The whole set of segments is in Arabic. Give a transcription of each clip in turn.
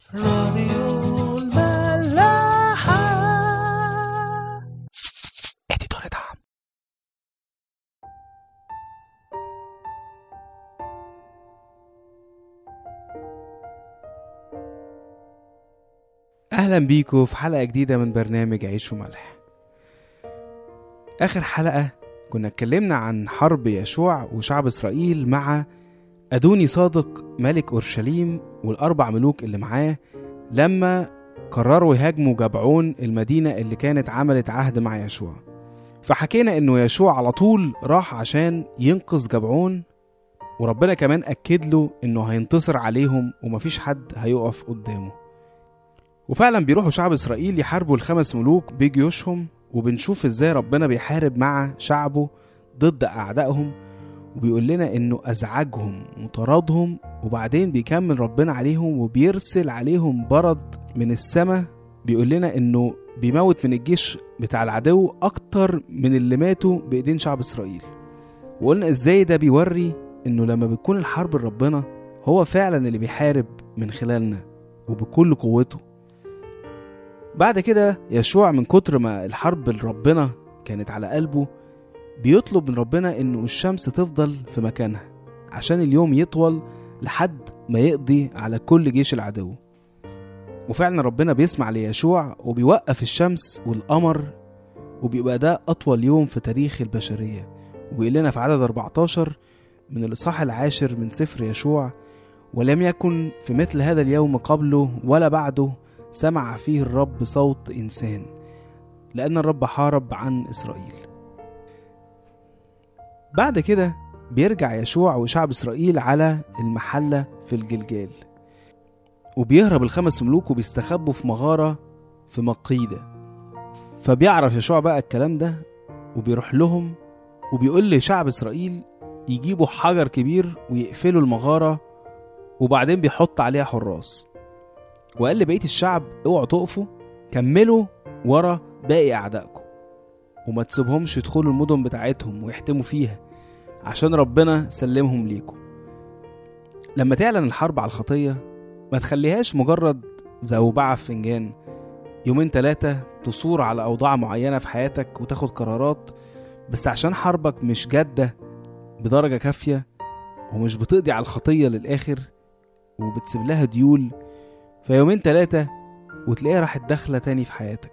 راديو الملاحة. اديتور دعم. اهلا بيكم في حلقة جديدة من برنامج عيش وملح. اخر حلقة كنا اتكلمنا عن حرب يشوع وشعب اسرائيل مع أدوني صادق ملك أورشليم والأربع ملوك اللي معاه لما قرروا يهاجموا جبعون، المدينة اللي كانت عملت عهد مع يشوع. فحكينا إنه يشوع على طول راح عشان ينقذ جبعون، وربنا كمان أكد له إنه هينتصر عليهم ومفيش حد هيقف قدامه. وفعلا بيروحوا شعب إسرائيل يحاربوا الخمس ملوك بجيوشهم، وبنشوف إزاي ربنا بيحارب مع شعبه ضد أعدائهم، وبيقول لنا انه ازعجهم وطردهم، وبعدين بيكمل ربنا عليهم وبيرسل عليهم برد من السماء. بيقول لنا انه بيموت من الجيش بتاع العدو اكتر من اللي ماتوا بايدين شعب اسرائيل. وقلنا ازاي ده بيوري انه لما بتكون الحرب ربنا هو فعلا اللي بيحارب من خلالنا وبكل قوته. بعد كده يشوع من كتر ما الحرب ربنا كانت على قلبه بيطلب من ربنا انه الشمس تفضل في مكانها عشان اليوم يطول لحد ما يقضي على كل جيش العدو. وفعلا ربنا بيسمع ليشوع وبيوقف الشمس والقمر، وبيبقى ده اطول يوم في تاريخ البشرية. وبيقول لنا في عدد 14 من الإصحاح 10 من سفر يشوع: ولم يكن في مثل هذا اليوم قبله ولا بعده سمع فيه الرب صوت إنسان، لأن الرب حارب عن إسرائيل. بعد كده بيرجع يشوع وشعب إسرائيل على المحلة في الجلجال، وبيهرب الخمس ملوك وبيستخبوا في مغارة في مقيدة. فبيعرف يشوع بقى الكلام ده وبيروح لهم وبيقول لشعب إسرائيل يجيبوا حجر كبير ويقفلوا المغارة، وبعدين بيحط عليها حراس. وقال لبقية الشعب: اوعوا تقفوا، كملوا ورا باقي أعدائكم وما تسيبهمش يدخلوا المدن بتاعتهم ويحتموا فيها، عشان ربنا سلمهم ليكم. لما تعلن الحرب على الخطية ما تخليهاش مجرد زوبعة في فنجان، يومين 3 تصور على أوضاع معينة في حياتك وتاخد قرارات، بس عشان حربك مش جادة بدرجة كافية ومش بتقضي على الخطية للآخر وبتسيب لها ديول، فيومين 3 وتلاقيها راحت داخلة تاني في حياتك،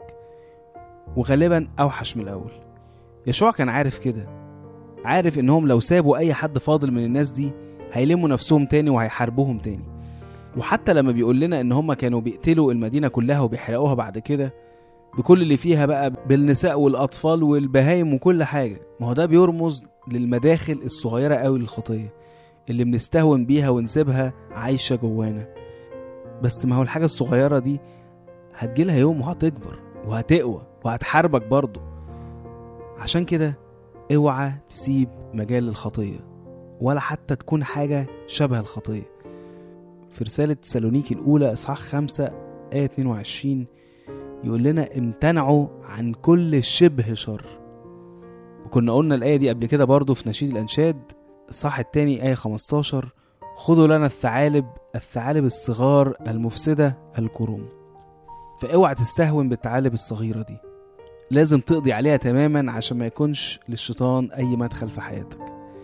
وغالبا أوحش من الأول. يشوع كان عارف كده، عارف إنهم لو سابوا أي حد فاضل من الناس دي هيلموا نفسهم تاني وهيحاربوهم تاني. وحتى لما بيقول لنا إن هم كانوا بيقتلوا المدينة كلها وبيحرقوها بعد كده بكل اللي فيها بقى، بالنساء والأطفال والبهايم وكل حاجة، ما هو ده بيرمز للمداخل الصغيرة قوي للخطية اللي بنستهون بيها ونسيبها عايشة جوانا. بس ما هو الحاجة الصغيرة دي هتجيلها يوم وهتكبر وهتقوى وهتحاربك برضو. عشان كده اوعى تسيب مجال للخطية ولا حتى تكون حاجة شبه الخطية. في رسالة تسالونيكي الأولى إصحاح 5 آية 22 يقول لنا: امتنعوا عن كل شبه شر. وكنا قلنا الآية دي قبل كده برضو في نشيد الأنشاد الإصحاح 2 آية 15: خذوا لنا الثعالب الصغار المفسدة الكروم. فاوعى تستهون بالثعالب الصغيرة دي، لازم تقضي عليها تماما عشان ما يكونش للشيطان أي مدخل في حياتك.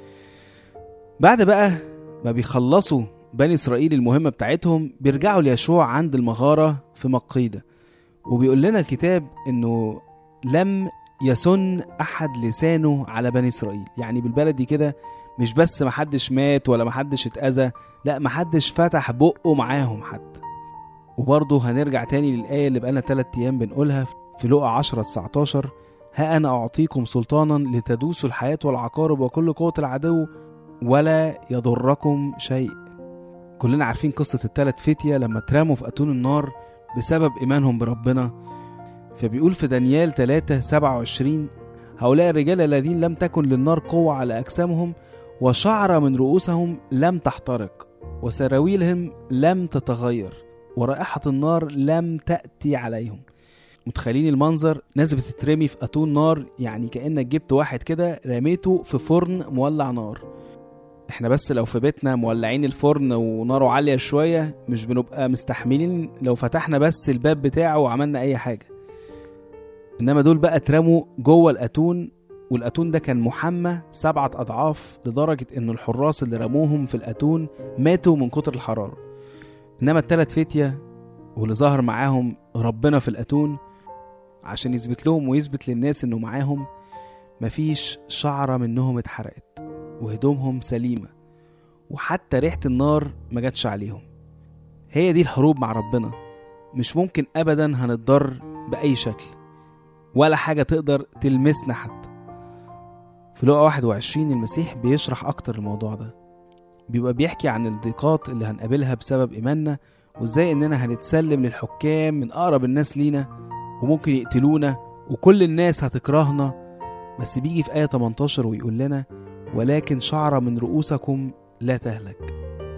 بعد بقى ما بيخلصوا بني إسرائيل المهمة بتاعتهم بيرجعوا ليشوع عند المغارة في مقيدة، وبيقول لنا الكتاب إنه لم يسن أحد لسانه على بني إسرائيل. يعني بالبلدي كده مش بس محدش مات ولا محدش اتأذى، لا محدش فتح بقه معاهم حتى. وبرضه هنرجع تاني للآية اللي بقالنا 3 أيام بنقولها في لوقا 10:19: ها أنا أعطيكم سلطانا لتدوسوا الحياة والعقارب وكل قوة العدو ولا يضركم شيء. كلنا عارفين قصة ال3 فتية لما اترموا في أتون النار بسبب إيمانهم بربنا. فبيقول في دانيال 3:27: هؤلاء الرجال الذين لم تكن للنار قوة على أجسامهم وشعر من رؤوسهم لم تحترق وسراويلهم لم تتغير ورائحة النار لم تأتي عليهم. متخيلين المنظر؟ ناس بتترمي في أتون نار، يعني كأنك جبت واحد كده رميته في فرن مولع نار، احنا بس لو في بيتنا مولعين الفرن وناره عالية شوية مش بنبقى مستحملين لو فتحنا بس الباب بتاعه وعملنا اي حاجة. انما دول بقى اترموا جوه الاتون، والاتون ده كان محمى 7 أضعاف لدرجة ان الحراس اللي رموهم في الاتون ماتوا من كتر الحرارة. انما ال3 فتية واللي ظهر معاهم ربنا في الاتون عشان يثبت لهم ويثبت للناس انه معاهم، مفيش شعرة منهم اتحرقت وهدومهم سليمة وحتى ريحة النار ما جاتش عليهم. هي دي الحروب مع ربنا، مش ممكن ابدا هنتضر بأي شكل ولا حاجة تقدر تلمسنا حتى. في لوقا 21 المسيح بيشرح اكتر الموضوع ده، بيبقى بيحكي عن الضيقات اللي هنقابلها بسبب إيماننا وازاي اننا هنتسلم للحكام من اقرب الناس لينا وممكن يقتلونا وكل الناس هتكرهنا. بس بيجي في آية 18 ويقول لنا ولكن شعرة من رؤوسكم لا تهلك.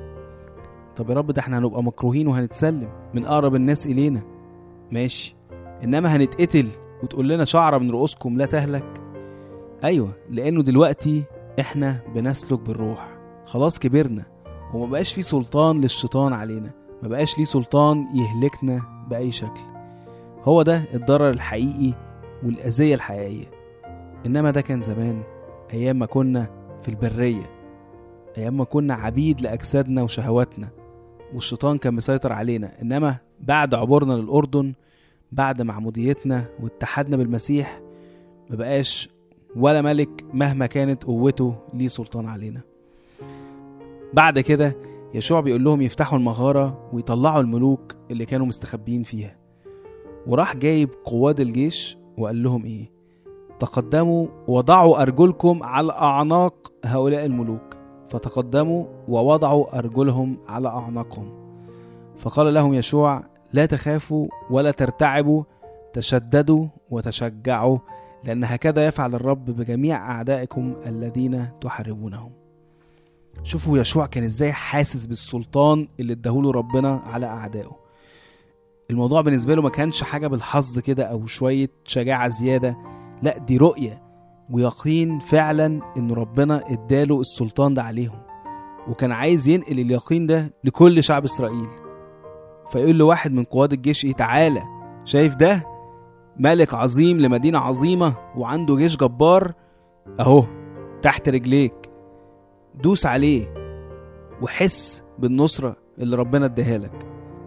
طب يا رب ده احنا هنبقى مكروهين وهنتسلم من اقرب الناس الينا، ماشي، انما هنتقتل وتقول لنا شعرة من رؤوسكم لا تهلك؟ ايوه، لانه دلوقتي احنا بنسلك بالروح، خلاص كبرنا وما بقاش فيه سلطان للشيطان علينا، ما بقاش ليه سلطان يهلكنا بأي شكل. هو ده الضرر الحقيقي والأذية الحقيقية. إنما ده كان زمان، أيام ما كنا في البرية، أيام ما كنا عبيد لأجسادنا وشهواتنا والشيطان كان مسيطر علينا. إنما بعد عبورنا للأردن، بعد معموديتنا واتحدنا بالمسيح، ما بقاش ولا ملك مهما كانت قوته ليه سلطان علينا. بعد كده يشوع بيقول لهم يفتحوا المغارة ويطلعوا الملوك اللي كانوا مستخبين فيها، وراح جايب قواد الجيش وقال لهم ايه؟ تقدموا وضعوا أرجلكم على أعناق هؤلاء الملوك. فتقدموا ووضعوا أرجلهم على أعناقهم. فقال لهم يشوع لا تخافوا ولا ترتعبوا، تشددوا وتشجعوا، لأن هكذا يفعل الرب بجميع أعدائكم الذين تحاربونهم. شوفوا يشوع كان ازاي حاسس بالسلطان اللي اداهوله ربنا على أعدائه. الموضوع بالنسبة له ما كانش حاجة بالحظ كده أو شوية شجاعة زيادة، لا دي رؤية ويقين فعلا إن ربنا اداله السلطان ده عليهم، وكان عايز ينقل اليقين ده لكل شعب إسرائيل. فيقول له واحد من قواد الجيش ايه؟ تعالى، شايف ده ملك عظيم لمدينة عظيمة وعنده جيش جبار اهو تحت رجليك، دوس عليه وحس بالنصرة اللي ربنا اداها لك.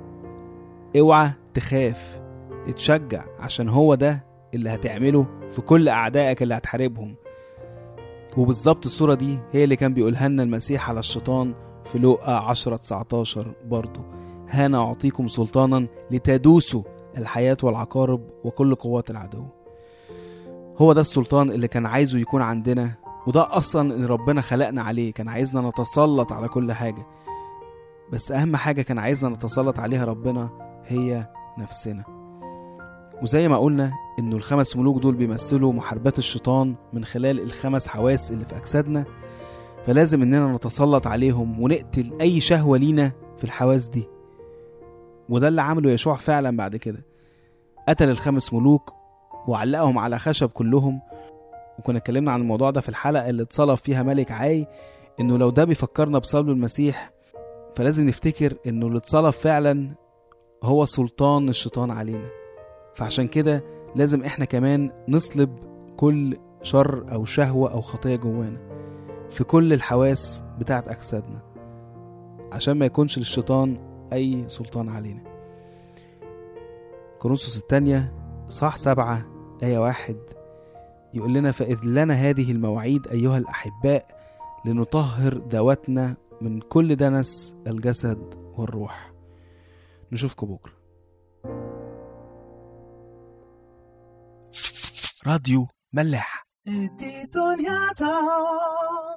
اوعى تخاف، اتشجع، عشان هو ده اللي هتعمله في كل أعدائك اللي هتحاربهم. وبالظبط الصورة دي هي اللي كان بيقولها لنا المسيح على الشيطان في لوقا 10:19 برضو: هانا أعطيكم سلطانا لتدوسوا الحياة والعقارب وكل قوات العدو. هو ده السلطان اللي كان عايزه يكون عندنا، وده أصلا اللي ربنا خلقنا عليه. كان عايزنا نتسلط على كل حاجة، بس أهم حاجة كان عايزنا نتسلط عليها ربنا هي نفسنا. وزي ما قلنا إنه ال5 ملوك دول بيمثلوا محاربات الشيطان من خلال ال5 حواس اللي في أجسادنا، فلازم إننا نتسلط عليهم ونقتل أي شهوة لينا في الحواس دي. وده اللي عمله يشوع فعلا. بعد كده قتل ال5 ملوك وعلقهم على خشب كلهم. وكنا اتكلمنا عن الموضوع ده في الحلقة اللي اتصلب فيها ملك عاي، إنه لو ده بيفكرنا بصلب المسيح فلازم نفتكر إنه اللي اتصلب فعلا هو سلطان الشيطان علينا. فعشان كده لازم إحنا كمان نصلب كل شر أو شهوة أو خطية جوانا في كل الحواس بتاعت أجسادنا، عشان ما يكونش للشيطان أي سلطان علينا. كورنثوس الثانية صح 7 آية 1 يقول لنا: فإذ لنا هذه المواعيد أيها الأحباء لنطهر ذواتنا من كل دنس الجسد والروح. نشوفكم بكرة. راديو ملاح.